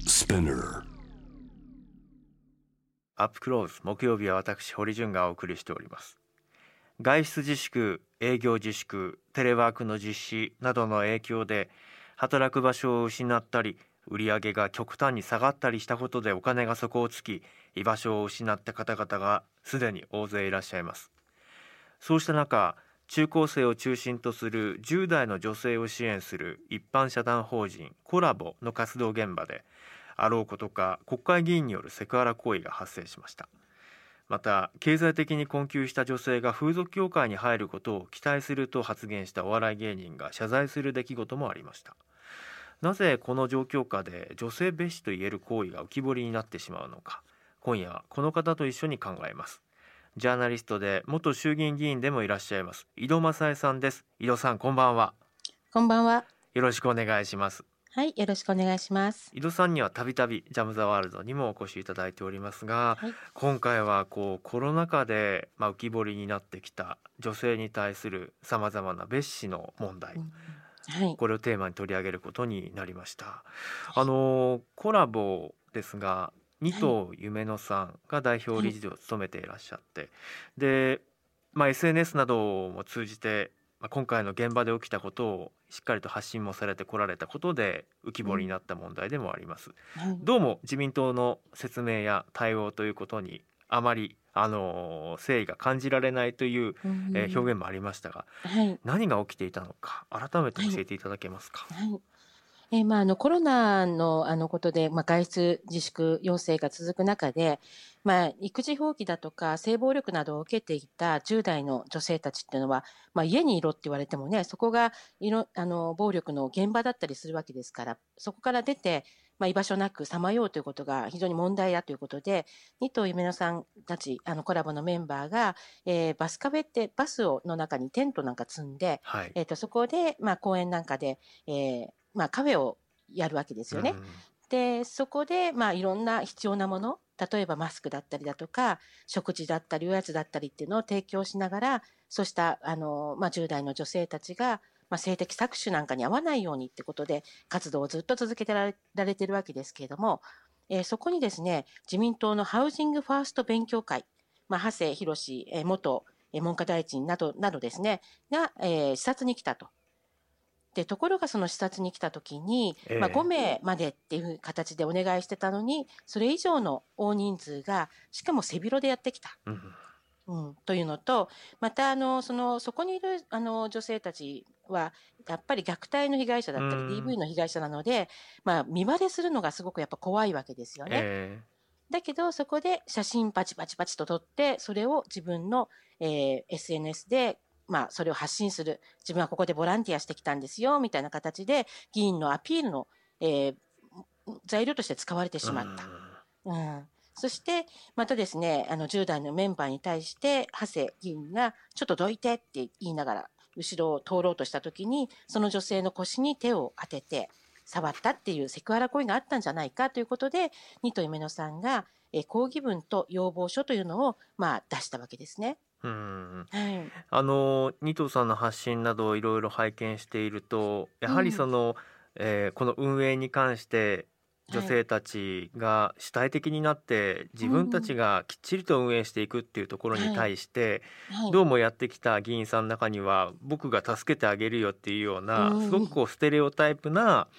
Spinner. アップクローズ木曜日は私堀潤がお送りしております。外出自粛、営業自粛、テレワークの実施などの影響で働く場所を失ったり売上が極端に下がったりしたことでお金が底をつき居場所を失った方々がすでに大勢いらっしゃいます。そうした中、中高生を中心とする10代の女性を支援する一般社団法人コラボの活動現場であろうことか国会議員によるセクハラ行為が発生しました。また経済的に困窮した女性が風俗業界に入ることを期待すると発言したお笑い芸人が謝罪する出来事もありました。なぜこの状況下で女性蔑視といえる行為が浮き彫りになってしまうのか、今夜はこの方と一緒に考えます。ジャーナリストで元衆議院議員でもいらっしゃいます井戸正恵さんです。井戸さん、こんばんは。 こんばんは。 よろしくお願いします。 はい、よろしくお願いします。 井戸さんにはたびたびジャム・ザ・ワールドにもお越しいただいておりますが、 はい、 今回はコロナ禍で浮き彫りになってきた女性に対するさまざまな蔑視の問題、 はい、 これをテーマに取り上げることになりました。コラボですが二藤夢乃さんが代表理事を務めていらっしゃって、で、SNS なども通じて今回の現場で起きたことをしっかりと発信もされてこられたことで浮き彫りになった問題でもあります。どうも自民党の説明や対応ということにあまり誠意が感じられないという、表現もありましたが、何が起きていたのか改めて教えていただけますか。 コロナのことで、外出自粛要請が続く中で、育児放棄だとか性暴力などを受けていた10代の女性たちっていうのは、家にいろって言われてもね、そこが暴力の現場だったりするわけですから、そこから出て、居場所なくさまようということが非常に問題だということで、二藤夢乃さんたちコラボのメンバーが、バスカフェってバスの中にテントなんか積んで、そこで、公園なんかで、カフェをやるわけですよね。で、そこで、いろんな必要なもの、例えばマスクだったりだとか、食事だったり、おやつだったりっていうのを提供しながら、そうした、10代の女性たちが、性的搾取なんかに合わないようにってことで、活動をずっと続けてられてるわけですけれども、そこにですね、自民党のハウジングファースト勉強会、長谷博元文科大臣などですね、が、視察に来たと。でところがその視察に来た時に、5名までっていう形でお願いしてたのに、それ以上の大人数がしかも背広でやってきた、というのと、またそこにいる女性たちはやっぱり虐待の被害者だったり DV の被害者なので、見バレするのがすごくやっぱ怖いわけですよね。だけどそこで写真パチパチパチと撮って、それを自分の、SNS でそれを発信する。自分はここでボランティアしてきたんですよみたいな形で議員のアピールの、材料として使われてしまった。そしてまたですね、10代のメンバーに対して長谷議員がちょっとどいてって言いながら後ろを通ろうとした時に、その女性の腰に手を当てて触ったっていうセクハラ行為があったんじゃないかということで、二藤夢乃さんが抗議文と要望書というのを出したわけですね。 二藤さんの発信などいろいろ拝見していると、やはりこの運営に関して女性たちが主体的になって自分たちがきっちりと運営していくっていうところに対してどうもやってきた議員さんの中には僕が助けてあげるよっていうようなすごくステレオタイプな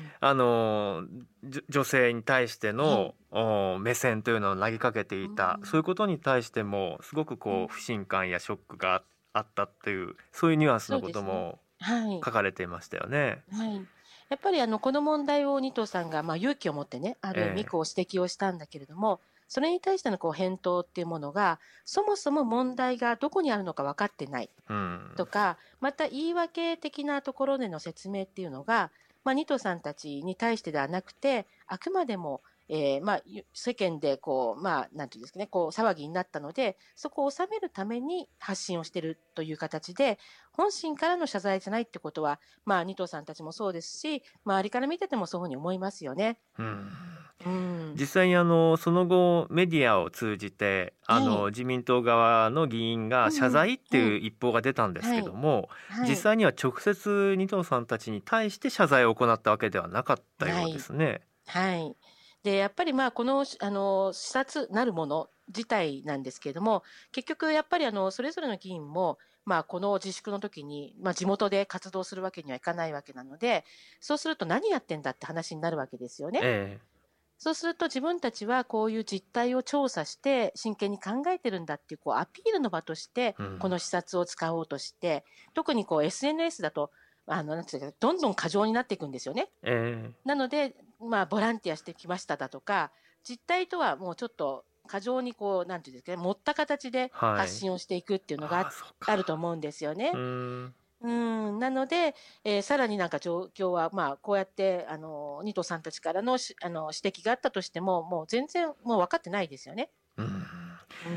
女性に対しての目線というのを投げかけていた、そういうことに対してもすごく不信感やショックがあったっていう、そういうニュアンスのことも書かれていましたよね。 やっぱりこの問題を二藤さんが勇気を持ってね、ある意味指摘をしたんだけれども、それに対しての返答っていうものがそもそも問題がどこにあるのか分かってないとか、また言い訳的なところでの説明っていうのが、二藤さんたちに対してではなくて、あくまでも世間でなんていうんですかね、騒ぎになったので、そこを収めるために発信をしているという形で、本心からの謝罪じゃないってことは、二藤さんたちもそうですし、周りから見ててもそういうふうに思いますよね。 実際にその後メディアを通じて自民党側の議員が謝罪っていう一報が出たんですけども、実際には直接二藤さんたちに対して謝罪を行ったわけではなかったようですね。 で、やっぱりこの、視察なるもの自体なんですけれども、結局やっぱりそれぞれの議員も、この自粛の時に、地元で活動するわけにはいかないわけなので、そうすると何やってんだって話になるわけですよね。 えそうすると自分たちはこういう実態を調査して真剣に考えてるんだっていうアピールの場としてうん、 この視察を使おうとして、特にSNS だとなんていうかどんどん過剰になっていくんですよね。 えなので、ボランティアしてきましただとか、実態とはもうちょっと過剰になんていうんですかね、持った形で発はい。 信をしていくっていうのがああ、そうあるとか。 思うんですよね。 うーん。 なので、さらになんか状況は、こうやって、ニトさんたちからの指摘があったとしても、もう全然もう分かってないですよね。 うん。 うん。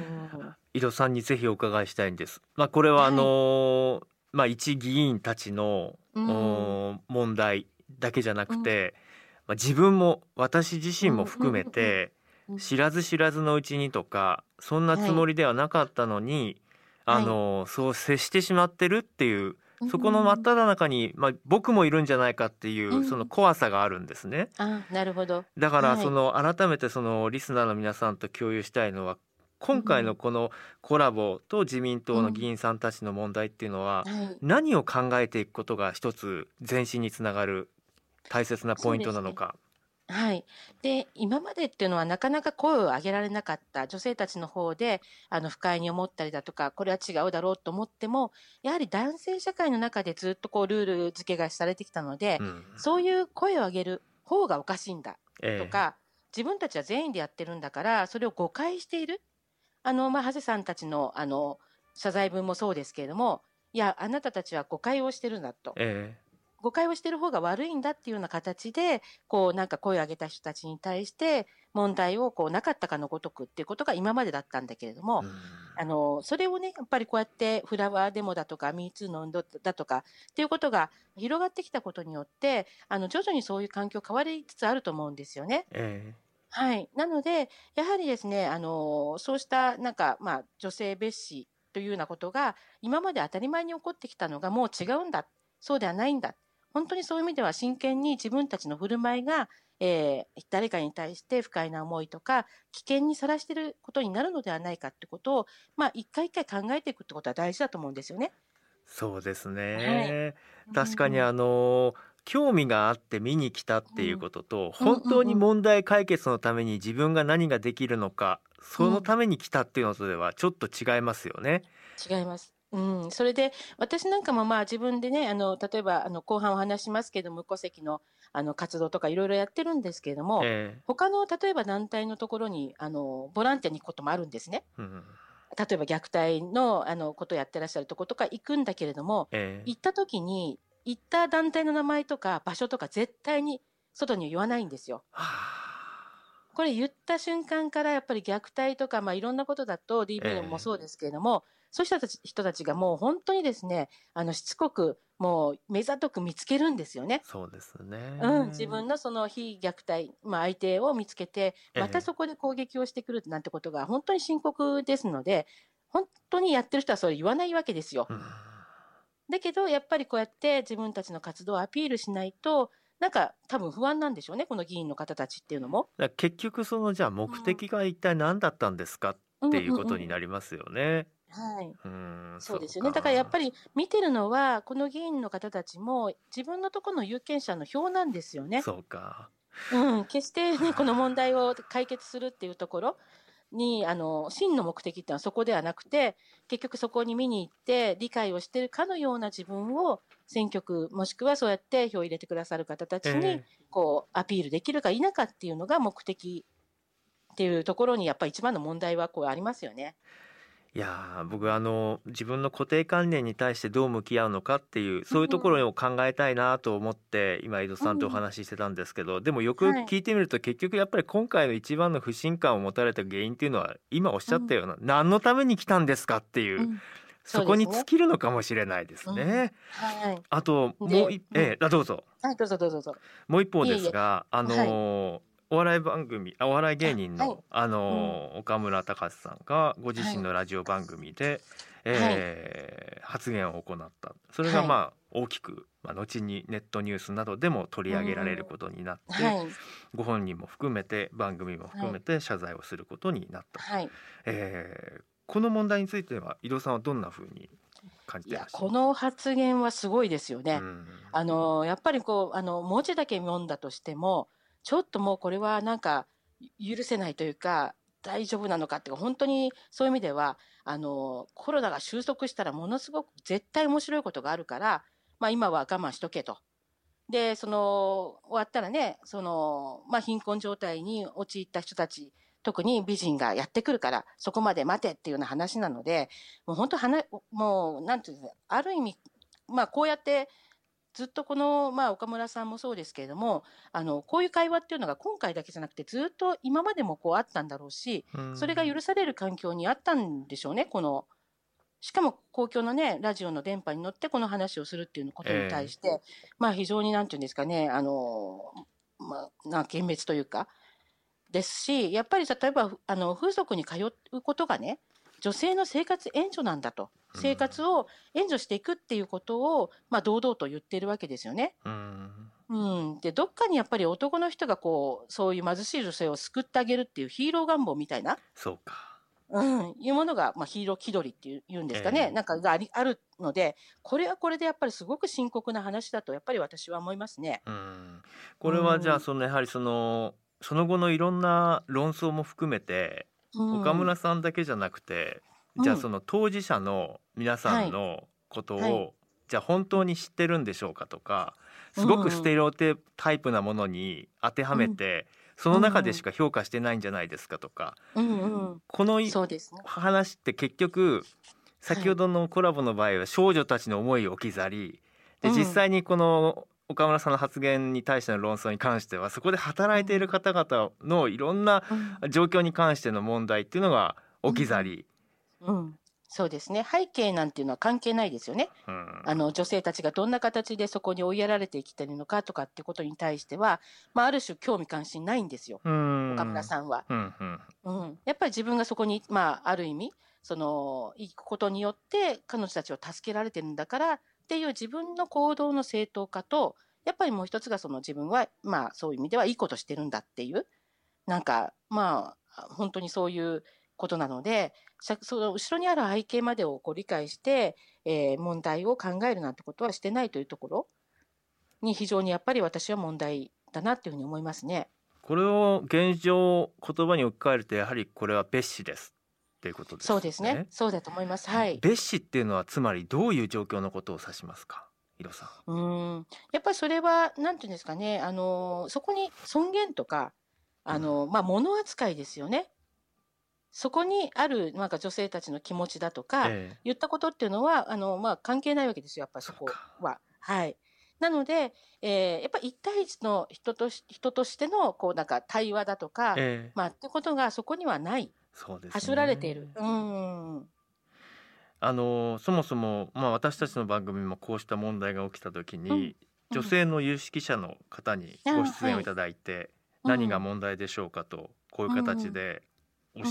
井戸さんにぜひお伺いしたいんです。これははい。 一議員たちのうん。 問題だけじゃなうん。 くて、自分も私自身もうんうん含めうんてうん。 知らず知らずのうちにとかそんなはい。 つもりではなかったのにはい。 そう接してしまってるっていううそこの真っん。 只中に、僕もいるんじゃないかっていうん。 うその怖さがあるんですね。 なるほど。 だからはい。 改めてそのリスナーの皆さんと共有したいのは今回のうん。 このコラボと自民党の議うん。 員さんたちの問題っていうのははい。 何を考えていくことが一つ前進につながる大切なポインそうですね。 トなのか。 はい。で、今までっていうのはなかなか声を上げられなかった女性たちの方で、不快に思ったりだとか、これは違うだろうと思っても、やはり男性社会の中でずっとルール付けがされてきたので、 うん、 そういう声を上げる方がおかしいんだとえか、自分たちは全員でやってるんだから、それを誤解している。長谷さんたちの、謝罪文もそうですけれども、いや、あなたたちは誤解をしてるんだと。 ええ誤解をしている方が悪いんだっていうような形で、なんか声を上げた人たちに対して、問題をなかったかのごとくっていうことが今までだったんだけれども、 うん、 それをね、やっぱりこうやってフラワーデモだとか、ミーツーの運動だとかっていうことが広がってきたことによって、徐々にそういう環境変わりつつあると思うんですよね。 えはい。なので、やはりですね、そうしたなんか、女性蔑視というようなことが、今まで当たり前に起こってきたのがもう違うんだ。そうではないんだ。本当にそういう意味では真剣に自分たちの振る舞いが、誰かに対して不快な思いとか、危険にさらしていることになるのではないかってことを、一回一回考えていくってことは大事だと思うんですよね。 そうですはい。 ね。 うん。 確かに興味があって見に来たっていううん。 こととうん本当にうんうん。 問題解決のために自分が何ができるのかそのうん。 ために来たっていうのとではちょっと違いますよね。 違います。それで、私なんかも自分でね、例えば、後半お話しますけど、無戸籍の、活動とかいろいろやってるんですけれども、 え他の、例えば団体のところに、ボランティアに行くこともあるんですね。 うん、 例えば虐待の、ことをやってらっしゃるところとか行くんだけれども、 え行った時に、行った団体の名前とか場所とか絶対に外には言わないんですよ。 はあ、 これ言った瞬間からやっぱり虐待とか、いろんなことだと DV もえそうですけれども、そうした人たちがもう本当にですね、しつこくもう目ざとく見つけるんですよね。 そうです自ね。 分のその非虐待、相手を見つけて、またえそこで攻撃をしてくるなんてことが本当に深刻ですので、本当にやってる人はそれ言わないわけですよ。 うん、 だけど、やっぱりこうやって自分たちの活動をアピールしないと、なんか多分不安なんでしょうね、この議員の方たちっていうのも。 だから結局じゃあ目うん。 的が一体何だったんですかっうんうんていうことにうん。 なりますよね。 はい。 そうそうですよね。だからやっか。 ぱり見てるのは、この議員の方たちも自分のところの有権者の票なんですよね。 そうか。 決してね、この問題を解決するっていうところに、真の目的っていうのはそこではなくて、結局そこに見に行って理解をしているかのような自分を選挙区、もしくはそうやって票を入れてくださる方たちに、 えアピールできるか否かっていうのが目的っていうところに、やっぱり一番の問題はありますよね。 いや僕自分の固定観念に対してどう向き合うのかっていううそういうところん。 を考えたいなと思って今井戸さんとおうん。 話ししてたんですけど、でもよくよくはい。 聞いてみると結局やっぱり今回の一番の不信感を持たれた原因っていうのは今おっしうん。 ゃったような何のために来たんですかっていううん。そそこにうですね。 尽きるのかもしれないですうん。 ね。 はい。 あともうで、 一どうぞ。 はい、どうぞどうぞどうぞ。 もう一方でいえいえ。 すが、 はい。 お笑い番組、お笑い芸人はい。 の、 うん。 岡村隆史さんがご自はい。 身のラジオ番組で、 はい。 発言を行った。それがはい。 大きく、後にネットニュースなどでも取り上げられることになって、 はい。 ご本人も含めて番組も含はい。 めて謝罪をすることになったと。 はい。 この問題については井戸さんはどんなふうに感じいや、 ていらっしゃいます？ この発言はすごいですよね。 うん、 やっぱり文字だけ読んだとしても、ちょっともうこれはなんか、許せないというか、大丈夫なのかっていうか、本当にそういう意味では、コロナが収束したらものすごく絶対面白いことがあるから、今は我慢しとけと。で、終わったらね、貧困状態に陥った人たち、特に美人がやってくるから、そこまで待てっていうような話なので、もう本当もう、なんていうんですか、ある意味、こうやって、ずっと岡村さんもそうですけれども、こういう会話っていうのが今回だけじゃなくて、ずっと今までもこうあったんだろうし、 うん、 それが許される環境にあったんでしょうね、しかも公共のね、ラジオの電波に乗ってこの話をするっていうことに対えして、非常になんていうんですかね、幻滅というか、ですし、やっぱり例えば、風俗に通うことがね、女性の生活援助なんだと。 うん、 生活を援助していくっていうことを、堂々と言ってるわけですよね。 うん、 うん。で、どっかにやっぱり男の人がそういう貧しい女性を救ってあげるっていうヒーロー願望みたいな、 そうか。 いうものが、ヒーロー気取りっていうんですかね、 えなんかがあるので、これはこれでやっぱりすごく深刻な話だと、やっぱり私は思いますね。 うん、こうれはじゃあん。 やはりその後のいろんな論争も含めてうん。 岡村さんだけじゃなくて、じゃあうん。 当事者の皆さはい。 んのことはい。 をじゃあ本当に知ってるんでしょうかとか、 うすごくステん。 レオタイプなものに当てはうん。 めてそうの中でん。うん。 しか評価してないんじゃないですかとか、 うんうん。 このそうですね。 話って結局先ほはい。 どのコラボの場合は少女たちの思いを置き去りで、実うん。 際にこの岡村さんの発言に対しての論争に関してはそこで働いているうん。 方々のいろんなうん。 状況に関しての問題っていうのがうん。 置き去り、 うん。そうですね。背景なんていうのは関係ないですよね。 うん、 女性たちがどんな形でそこに追いやられて生きてるのかとかってことに対しては、ある種興味関心ないんですよ。 う岡村ん、 さんは。 うん、うん、 うん。やっぱり自分がそこに、ある意味、行くことによって彼女たちを助けられてるんだからっていう自分の行動の正当化と、やっぱりもう一つが自分は、そういう意味ではいいことしてるんだっていう、なんか、本当にそういうことなので、その後ろにある背景までを理解して、問題を考えるなんてことはしてないというところに非常にやっぱり私は問題だなっていうふうに思いますね。 これを現状言葉に置き換えるとやはりこれは蔑視ですっていうことでそうですね。 すよね。 そうだと思います。はい。 蔑視っていうのはつまりどういう状況のことを指しますか、ヒロさん？ やっぱりそれは、なんていうんですかね、そこに尊厳とか、 うん、 物扱いですよね。そこにある、なんか女性たちの気持ちだとか、 ええ、 言ったことっていうのは、関係ないわけですよ、やっぱりそこそうか。 は。はい。なので、やっぱり一対一の人としての、なんか対話だとか、 ええ、 ってことがそこにはない。 そうですはしょられている。 ね。 うん。 そもそも、私たちの番組もこうした問題が起きた時うん。 にうん。 女性の有識者の方にご出はい。 演をいただいてうん。 何が問題でしょうかとこういううん。 形でうん。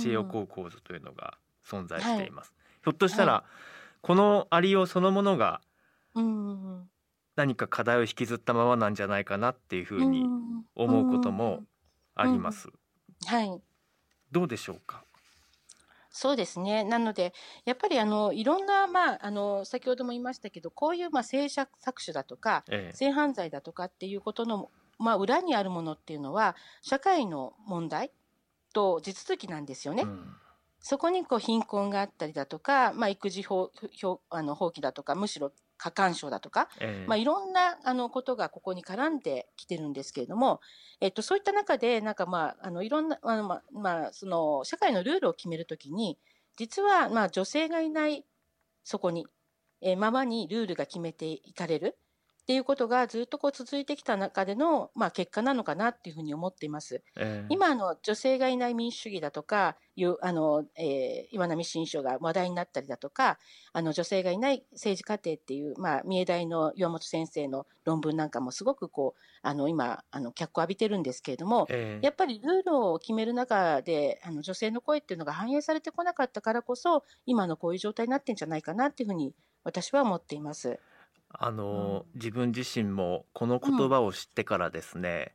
教えを請う構図というのが存在しはい。 ています。ひょっとしたはい。 らこのありようそのものがうん。 何か課題を引きずったままなんじゃないかなっていうふううにん。う思うこともん。 あうん。 ります。 はい。 どうでしょうか？ そうですね。なので、やっぱりいろんな、先ほども言いましたけど、こういう性搾取だとか、 ええ、 性犯罪だとかっていうことの、裏にあるものっていうのは、社会の問題と地続きなんですよね。 うん、 そこに貧困があったりだとか、育児放棄だとか、むしろ過干渉だとか、 えいろんなことがここに絡んできてるんですけれども、そういった中で、なんかいろんな、社会のルールを決めるときに、実は女性がいないそこに、ままにルールが決めていかれる。 っていうことがずっとこう続いてきた中での、結果なのかなっていうふうに思っています。今女性がいない民主主義だとかいう岩波新書が話題になったりだとか、女性がいない政治過程っていう、三重大の岩本先生の論文なんかもすごくこう今脚光を浴びてるんですけれども、やっぱりルールを決める中で女性の声っていうのが反映されてこなかったからこそ今のこういう状態になってんじゃないかなっていうふうに私は思っています。 自分自身もこの言葉を知ってからですね、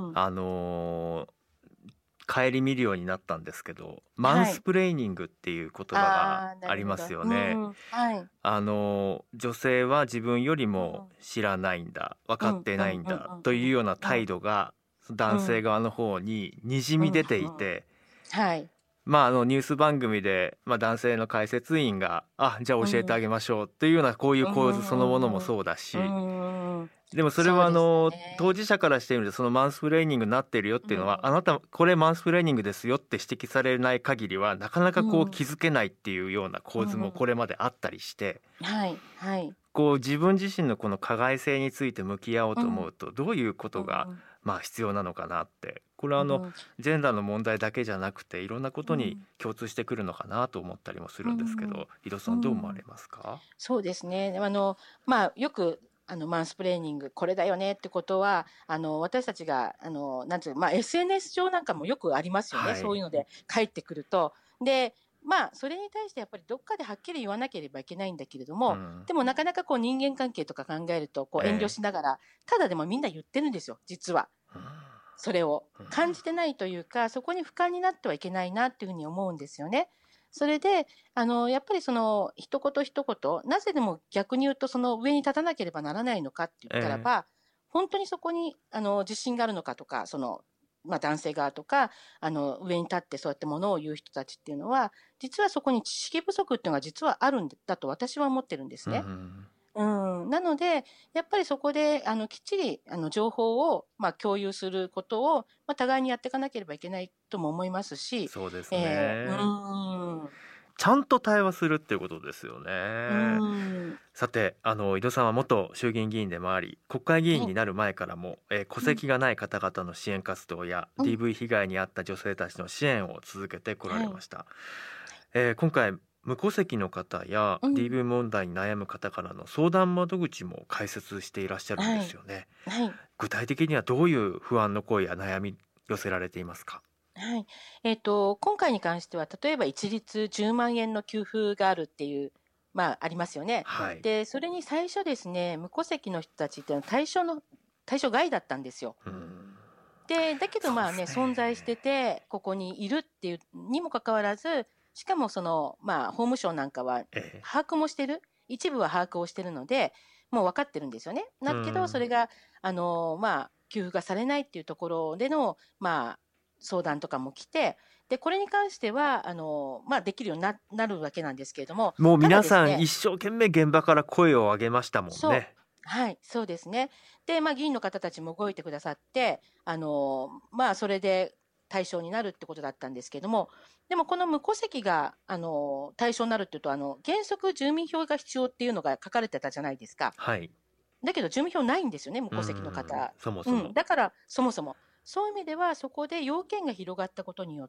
顧みるようになったんですけど、マンスプレーニングっていう言葉がありますよね。女性は自分よりも知らないんだ、分かってないんだというような態度が男性側の方ににじみ出ていて、ニュース番組で、男性の解説員がじゃあ教えてあげましょうっていうようなこういう構図そのものもそうだし、でもそれは当事者からしてみるとそのマンスプレーニングになってるよっていうのは、あなたこれマンスプレーニングですよって指摘されない限りはなかなかこう気づけないっていうような構図もこれまであったりして、こう自分自身のこの加害性について向き合おうと思うとどういうことが必要なのかなって、これはジェンダーの問題だけじゃなくていろんなことに共通してくるのかなと思ったりもするんですけど、井戸さんどう思われますか？ そうですね、よくマンスプレーニングこれだよねってことは私たちがなんていう、SNS 上なんかもよくありますよね、そういうので帰ってくると。でそれに対してやっぱりどっかではっきり言わなければいけないんだけれども、でもなかなかこう人間関係とか考えるとこう遠慮しながら、ただでもみんな言ってるんですよ実は。それを感じてないというか、そこに俯瞰になってはいけないなっていうふうに思うんですよね。それでやっぱりその一言一言、なぜでも逆に言うとその上に立たなければならないのかって言ったらば、本当にそこに自信があるのかとか、その男性側とか上に立ってそうやってものを言う人たちっていうのは実はそこに知識不足っていうのが実はあるんだと私は思ってるんですね。なのでやっぱりそこできっちり情報を共有することを互いにやっていかなければいけないとも思いますし、 そうですね、ちゃんと対話するっていうことですよね。さて井戸さんは元衆議院議員でもあり国会議員になる前からも、戸籍がない方々の支援活動や、DV 被害に遭った女性たちの支援を続けてこられました。今回無戸籍の方や DV 問題に悩む方からの相談窓口も開設していらっしゃるんですよね。具体的にはどういう不安の声や悩み寄せられていますか？ 今回に関しては例えば一律10万円の給付があるっていう、ありますよね。でそれに最初ですね、無戸籍の人たちっていうのは対象外だったんですよ。でだけど存在しててここにいるっていうにもかかわらず、しかもその法務省なんかは把握もしてる、一部は把握をしてるのでもう分かってるんですよね。だけどそれが給付がされないっていうところでの相談とかも来て、でこれに関してはできるように なるわけなんですけれども、 もう皆さん一生懸命現場から声を上げましたもんね。 そうですね。で議員の方たちも動いてくださってそれで対象になるってことだったんですけども、でもこの無戸籍が対象になるっていうと原則住民票が必要っていうのが書かれてたじゃないですか。だけど住民票ないんですよね、無戸籍の方。 そもそも、 だからそもそもそういう意味ではそこで要件が広がったことによって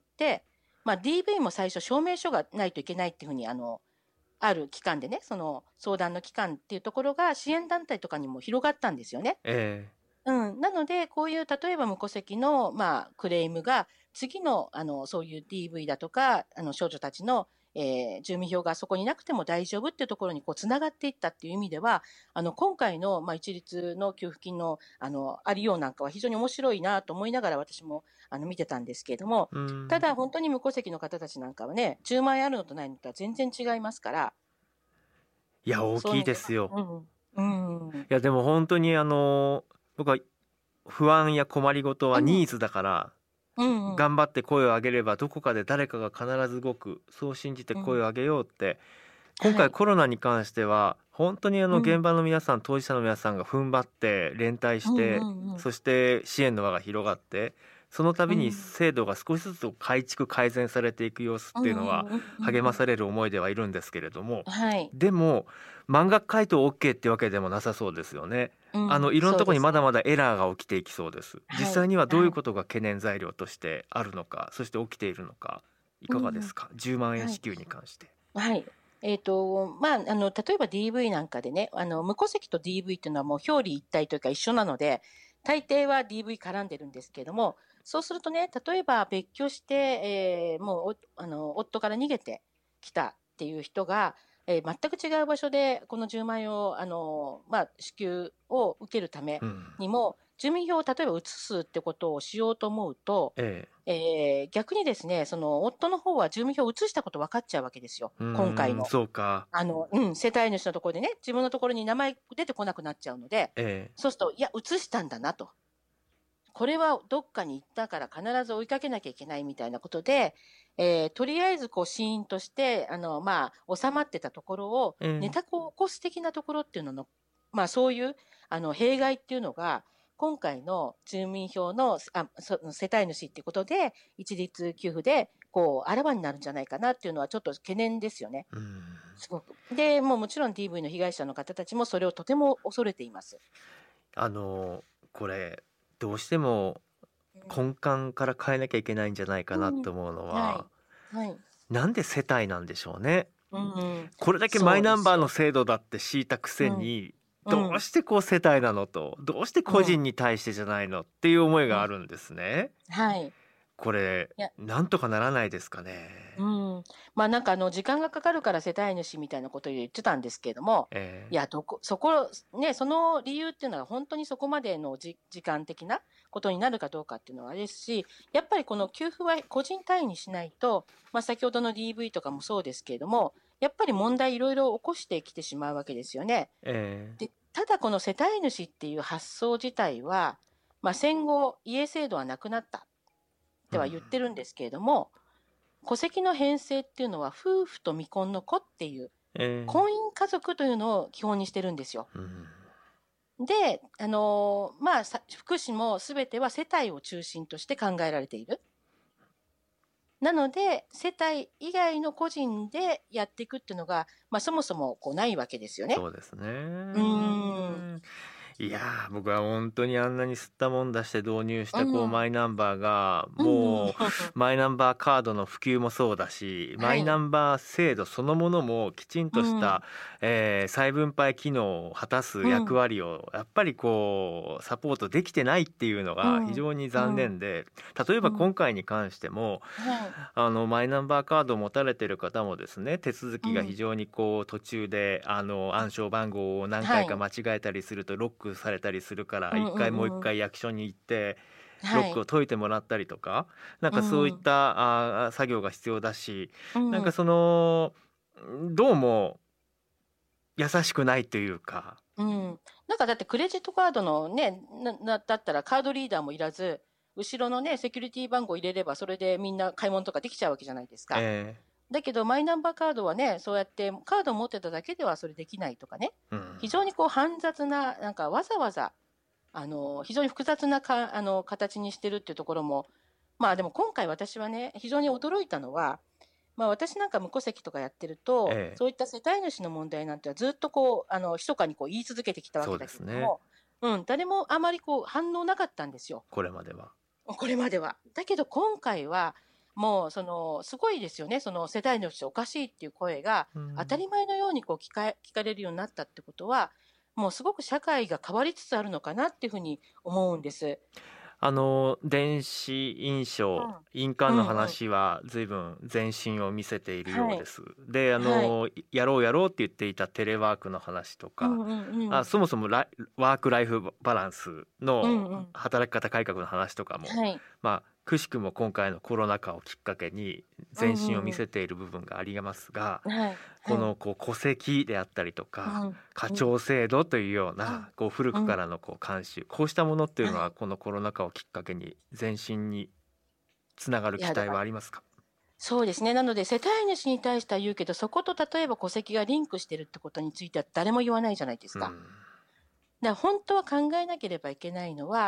、DV も最初証明書がないといけないっていうふうにある機関でね、その相談の機関っていうところが支援団体とかにも広がったんですよね。なのでこういう例えば無戸籍のクレームが次のそういう DV だとか少女たちの住民票がそこになくても大丈夫っていうところにこうつながっていったっていう意味では今回の一律の給付金のありようなんかは非常に面白いなと思いながら私も見てたんですけれども、ただ本当に無戸籍の方たちなんかはね、10万円あるのとないのとは全然違いますから。 いや大きいですよ。いやでも本当に僕は不安や困りごとはニーズだから、頑張って声を上げればどこかで誰かが必ず動く、そう信じて声を上げようって、今回コロナに関しては本当に現場の皆さん、当事者の皆さんが踏ん張って連帯して、そして支援の輪が広がって、 その度にうん。 制度が少しずつ改築改善されていく様子っていうのは励まされる思いではいるんですけれども、 はい。 でも満額回答 OK ってわけでもなさそうですよね。いろんなところにまだまだエラーが起きていきそうです。実はい。 際にはどういうはい。 ことが懸念材料としてあるのか、そして起きているのか、いかがでうんうん。 すか。10万円はい。 支給に関して。 はい。例えば DV なんかでね、無戸籍と DV っていうのはもう表裏一体というか一緒なので、大抵は DV 絡んでるんですけれども、そうするとね、例えば別居して、もう、夫から逃げてきたっていう人が、全く違う場所でこの10万円を、支給を受けるためうん、 にも、住民票を例えば移すってことをしようと思うと、 え逆にですね、その夫の方は住民票を移したこと分かっちゃうわけですよ。今回の。 そうか。 世帯主のところでね、自分のところに名前出てこなくなっちゃうので、 えそうすると、いや、移したんだなと。これはどっかに行ったから必ず追いかけなきゃいけないみたいなことで、とりあえずこう死因として、収まってたところを、ネええタを起こす的なところっていうのの、そういう、弊害っていうのが、今回の住民票の、世帯主っていうことで、一律給付で、こう、あらわになるんじゃないかなっていうのはちょっと懸念ですよね。 うん。 すごく。で、もちろん DV の被害者の方たちもそれをとても恐れています。 あのこれどうしても根うん。 幹から変えなきゃいけないんじゃないかなうん。 と思うのはい。 は、 はい。 なんで世帯なんでしょうね。 うん。 これだけマそうイナンバーのですよ。 制度だって敷いたくうん。 せに、 うん。 どうしてこう世帯なのと、どうしてうん。 個人に対してじゃないのっていう思いうん。 があるんですね。 はい。 これいや、 なんとかならないですかね。 うん。なんか時間がかかるから世帯主みたいなことを言ってたんですけれども、いえや、そこ、ね、その理由っていうのは本当にそこまでの時間的なことになるかどうかっていうのはあれですし、やっぱりこの給付は個人単位にしないと、先ほどの DV とかもそうですけれども、やっぱり問題いろいろ起こしてきてしまうわけですよね。 ええで、ただこの世帯主っていう発想自体は、戦後家制度はなくなったってはうん言ってるんですけれども、戸籍の編成っていうのは夫婦と未婚の子っていうえ婚姻家族というのを基本にしてるんですよ。 えうん、 で、福祉も全ては世帯を中心として考えられている。なので、世帯以外の個人でやっていくっていうのが、そもそもこうないわけですよね。 そうですうーん。 ね。いや僕は本当にあんなに吸ったもんだして導入したこううん。 マイナンバーがうん。 もうマイナンバーカードの普及もそうだし、マはい。 イナンバー制度そのものもきちんうん。 とした、再分配機能を果たすうん。 役割をやっぱりこうサポートできてないっていうのが非うん。 常に残うん。 念で、例えばうん。 今回に関してもはい。 マイナンバーカードを持たれている方もですね、手続きが非うん。 常にこう途中で暗証番号を何回かはい。 間違えたりするとロックされたりするからうん一回もう一うんうん。 回役所に行ってロックをはい。 解いてもらったりとか、なんうかそういっん。 た作業が必要だし、 うん。 なんかそのどうも優しくないというか、 うん。なんかだってクレジットカードのね、だったらカードリーダーもいらず、後ろのね、セキュリティ番号入れれば、それでみんな買い物とかできちゃうわけじゃないですか。 えだけど、マイナンバーカードはね、そうやってカードを持ってただけではそれできないとかね、 うん、 非常にこう煩雑な、なんかわざわざ、非常に複雑な形にしてるっていうところも、でも今回私はね、非常に驚いたのは、私なんか無戸籍とかやってると、 ええそういった世帯主の問題なんてはずっとこう、密かにこう言い続けてきたわそうけだですね、 けれども、誰もあまりこう反応なかったんですよ。 これまでは。 これまでは。だけど今回は、もうすごいですよね。その世帯主おかしいっていう声が当たうんり前のようにこう聞かれるようになったってことは、もうすごく社会が変わりつつあるのかなっていうふうに思うんです。 電子印うん。 章、印鑑のうんうん。 話は随分前進を見せているよはい。 うです。で、 はい。 やろうやろうって言っていたテレワークの話とか、 うんうんうん。 そもそもワークライフバランスのうんうん。 働き方改革の話とかも、 はい。 くしくも今回のコロナ禍をきっかけに前うんうんうん。 進を見せている部分がありますが、 はい。はい。 この戸籍であったりとかうん。 課うん。 長制度というよううん。 な古うん。 くからの慣習、こうしたものっていうのはい。 はこのコロナ禍をきっかけに前進につながるいや、だ期待からはありますか。 そうですね。なので、世帯主に対しては言うけど、そこと例えば戸籍がリンクしてるってことについては誰も言わないじゃないですか。 うんだから本当は考えなければいけないのは、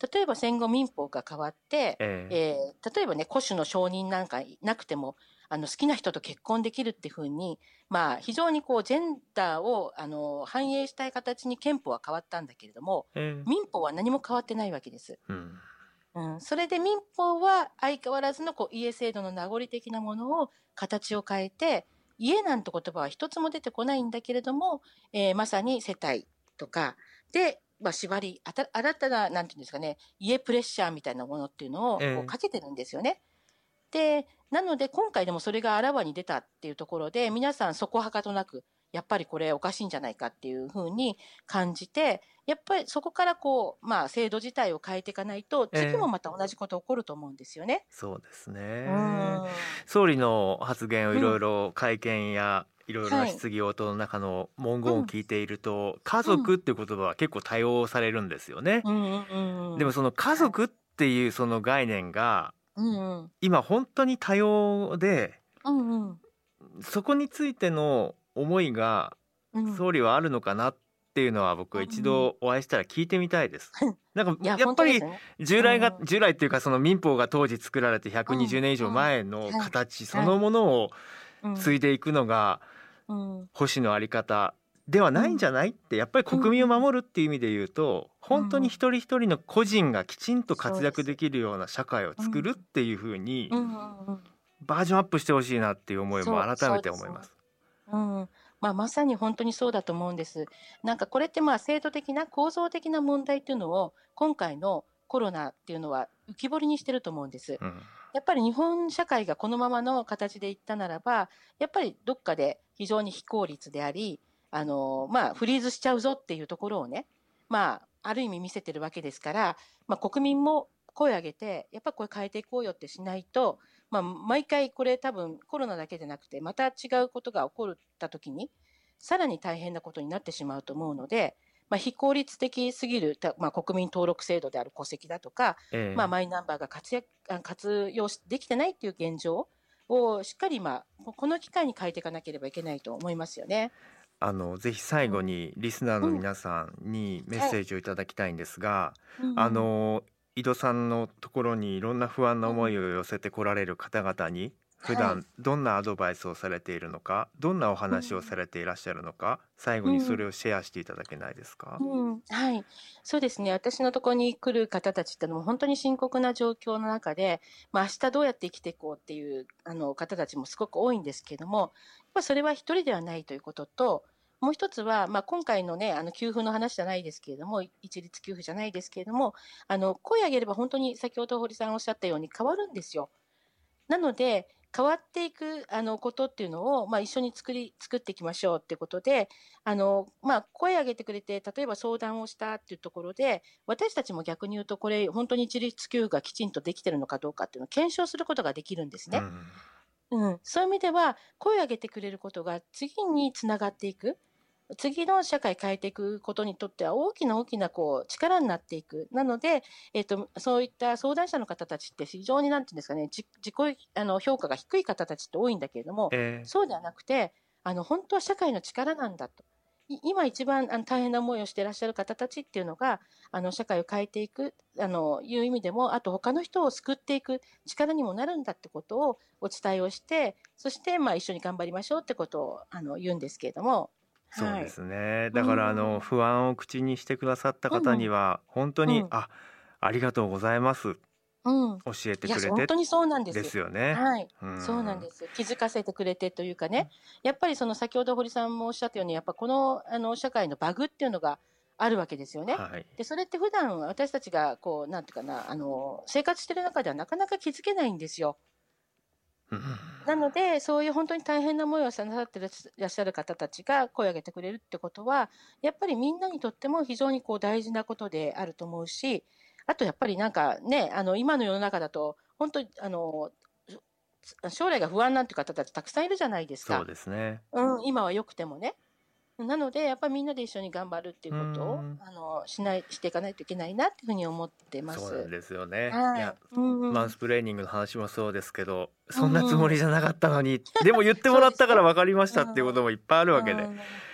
例えば戦後民法が変わって、 え例えばね、戸主の承認なんかなくても、好きな人と結婚できるっていうふうに、非常にこう、ジェンダーを、反映したい形に憲法は変わったんだけれども、民法は何も変わってないわけです。それで民法は相変わらずのこう家制度の名残的なものを形を変えて、家なんて言葉は一つも出てこないんだけれども、まさに世帯とかで、縛り、新たな、なんていうんですかね、家プレッシャーみたいなものっていうのをこうかけてるんですよね。で、なので今回でもそれがあらわに出たっていうところで、皆さんそこはかとなく、やっぱりこれおかしいんじゃないかっていうふうに感じて、やっぱりそこからこう、制度自体を変えていかないと、次もまた同じこと起こると思うんですよね。 そうですね。総理の発言をいろいろ会見やいろいろな質疑応答の中の文言を聞いていると、家族っていう言葉は結構多用されるんですよね。でもその家族っていうその概念が今本当に多様で、そこについての思いが総理はあるのかなっていうのは僕は一度お会いしたら聞いてみたいです。なんかやっぱり従来っていうかその民法が当時作られて120年以上前の形そのものを継いでいくのが保守のあり方ではないんじゃないってやっぱり国民を守るっていう意味で言うと本当に一人一人の個人がきちんと活躍できるような社会を作るっていうふうにバージョンアップしてほしいなっていう思いも改めて思います。 まさに本当にそうだと思うんです。なんかこれって制度的な構造的な問題っていうのを今回のコロナっていうのは浮き彫りにしてると思うんです。やっぱり日本社会がこのままの形でいったならば、やっぱりどっかで非常に非効率であり、フリーズしちゃうぞっていうところをね、ある意味見せてるわけですから、国民も声を上げて、やっぱりこれ変えていこうよってしないと、毎回これ多分コロナだけでなくて、また違うことが起こった時に、さらに大変なことになってしまうと思うので、非効率的すぎる、国民登録制度である戸籍だとか、マイナンバーが活用できてないっていう現状をしっかりこの機会に変えていかなければいけないと思いますよね。 ぜひ最後にリスナーの皆さんにメッセージをいただきたいんですが、井戸さんのところにいろんな不安な思いを寄せてこられる方々に普段どんなアドバイスをされているのか、どんなお話をされていらっしゃるのか、最後にそれをシェアしていただけないですか？ はい、そうですね。私のところに来る方たちってのも本当に深刻な状況の中で、明日どうやって生きていこうっていう方たちもすごく多いんですけども、やっぱそれは一人ではないということと、もう一つは、今回のね、給付の話じゃないですけれども、一律給付じゃないですけれども、声を上げれば本当に先ほど堀さんおっしゃったように変わるんですよ。なので、変わっていくことっていうのを、一緒に作っていきましょうってことで、声を上げてくれて、例えば相談をしたっていうところで、私たちも逆に言うと、これ本当に一律給付がきちんとできてるのかどうかっていうのを検証することができるんですね。そういう意味では、声を上げてくれることが次につながっていく。次の社会変えていくことにとっては大きな力になっていく。なので、そういった相談者の方たちって非常になんていうんですかね、自己評価が低い方たちって多いんだけれども、そうではなくて、本当は社会の力なんだと。今一番大変な思いをしていらっしゃる方たちっていうのが、社会を変えていく、いう意味でも、あと他の人を救っていく力にもなるんだってことをお伝えをして、そして、一緒に頑張りましょうってことを言うんですけれども、 そうですね。だから不安を口にしてくださった方には本当に、ありがとうございます。教えてくれて本当にそうなんです。 ですよね。 そうなんです。気づかせてくれてというかね、やっぱり先ほど堀さんもおっしゃったように、やっぱこの社会のバグっていうのがあるわけですよね。で、それって普段私たちがなんていうかな、生活してる中ではなかなか気づけないんですよ。なので、そういう本当に大変な思いをなさっていらっしゃる方たちが声を上げてくれるってことは、やっぱりみんなにとっても非常に大事なことであると思うし、あとやっぱりなんかね、今の世の中だと、本当に将来が不安なんていう方たちたくさんいるじゃないですか。 そうですね。 今は良くてもね。なので、やっぱりみんなで一緒に頑張るっていうことをしていかないといけないなっていうふうに思ってます。 そうなんですよね。いや、マンスプレーニングの話もそうですけど、そんなつもりじゃなかったのに、でも言ってもらったから分かりましたっていうこともいっぱいあるわけで、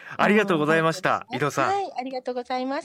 ありがとうございました。井戸さん、 はい、ありがとうございます。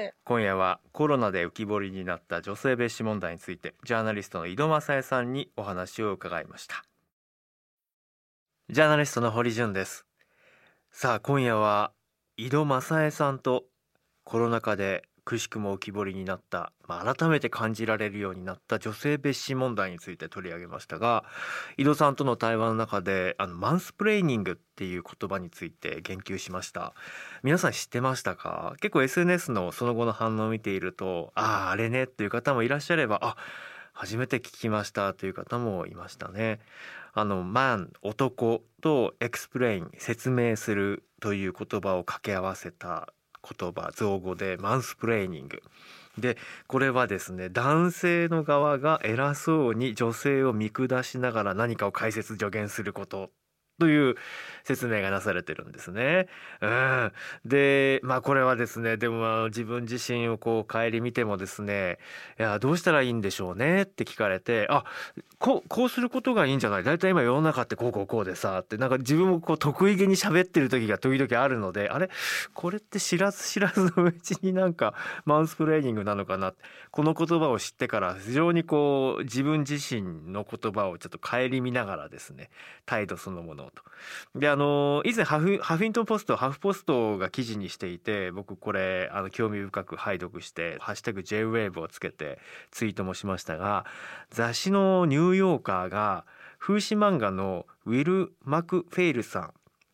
今夜はコロナで浮き彫りになった女性蔑視問題についてジャーナリストの井戸正恵さんにお話を伺いました。ジャーナリストの堀潤です。さあ今夜は井戸正恵さんとコロナ禍でくしくも浮き彫りになった、改めて感じられるようになった女性蔑視問題について取り上げましたが、井戸さんとの対話の中でマンスプレーニングっていう言葉について言及しました。皆さん知ってましたか？結構 SNS のその後の反応を見ていると、あれねっていう方もいらっしゃれば、初めて聞きましたという方もいましたね。マン、男とエクスプレイン、説明するという言葉を掛け合わせた言葉、造語でマンスプレーニングで、これはですね、男性の側が偉そうに女性を見下しながら何かを解説助言することという説明がなされてるんですね。で、これはですね、でも自分自身を顧みてもですね、いやどうしたらいいんでしょうねって聞かれて、こうすることがいいんじゃない、だいたい今世の中ってこうでさって、なんか自分も得意げに喋ってる時が時々あるので、これって知らず知らずのうちになんかマウスプレーニングなのかな、この言葉を知ってから非常に自分自身の言葉をちょっと顧みながらですね、態度そのものと。で以前ハフィントンポスト、ハフポストが記事にしていて、僕これ興味深く拝読してハッシュタグ JWAVE をつけてツイートもしましたが、雑誌のニューヨーカーが風刺漫画のウィル・マクフェイルさん、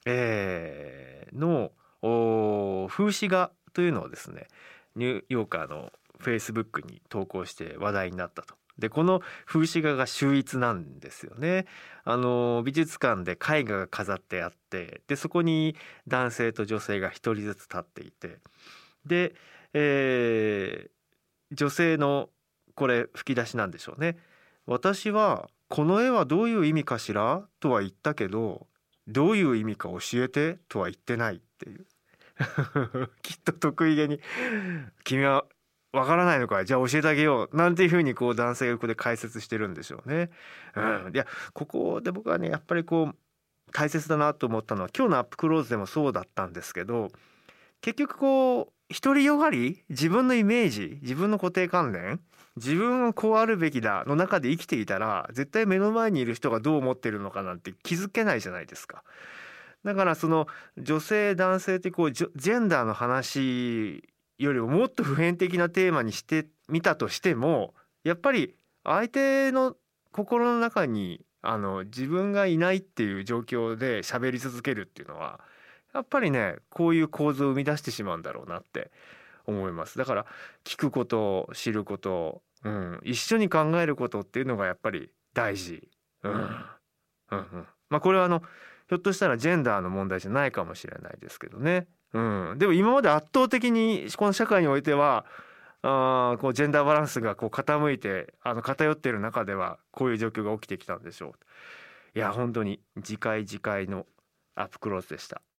の風刺画というのをですね、ニューヨーカーのフェイスブックに投稿して話題になったと。でこの風刺画が秀逸なんですよね。美術館で絵画が飾ってあって、でそこに男性と女性が一人ずつ立っていて、で、女性のこれ吹き出しなんでしょうね。私はこの絵はどういう意味かしらとは言ったけど、どういう意味か教えてとは言ってないっていうきっと得意げに君はわからないのかい、じゃあ教えてあげようなんていうふうに男性がここで解説してるんでしょうね。いやここで僕はね、やっぱり大切だなと思ったのは、今日のアップクローズでもそうだったんですけど、結局独りよがり、自分のイメージ、自分の固定観念、自分はこうあるべきだの中で生きていたら、絶対目の前にいる人がどう思ってるのかなんて気づけないじゃないですか。だからその女性男性ってジェンダーの話よりももっと普遍的なテーマにしてみたとしても、やっぱり相手の心の中に自分がいないっていう状況で喋り続けるっていうのは、やっぱりね、こういう構図を生み出してしまうんだろうなって思います。だから聞くこと、知ること、一緒に考えることっていうのがやっぱり大事。これはひょっとしたらジェンダーの問題じゃないかもしれないですけどね。でも今まで圧倒的にこの社会においてはジェンダーバランスが傾いて偏っている中ではこういう状況が起きてきたんでしょう。いや本当に次回のアップクローズでした。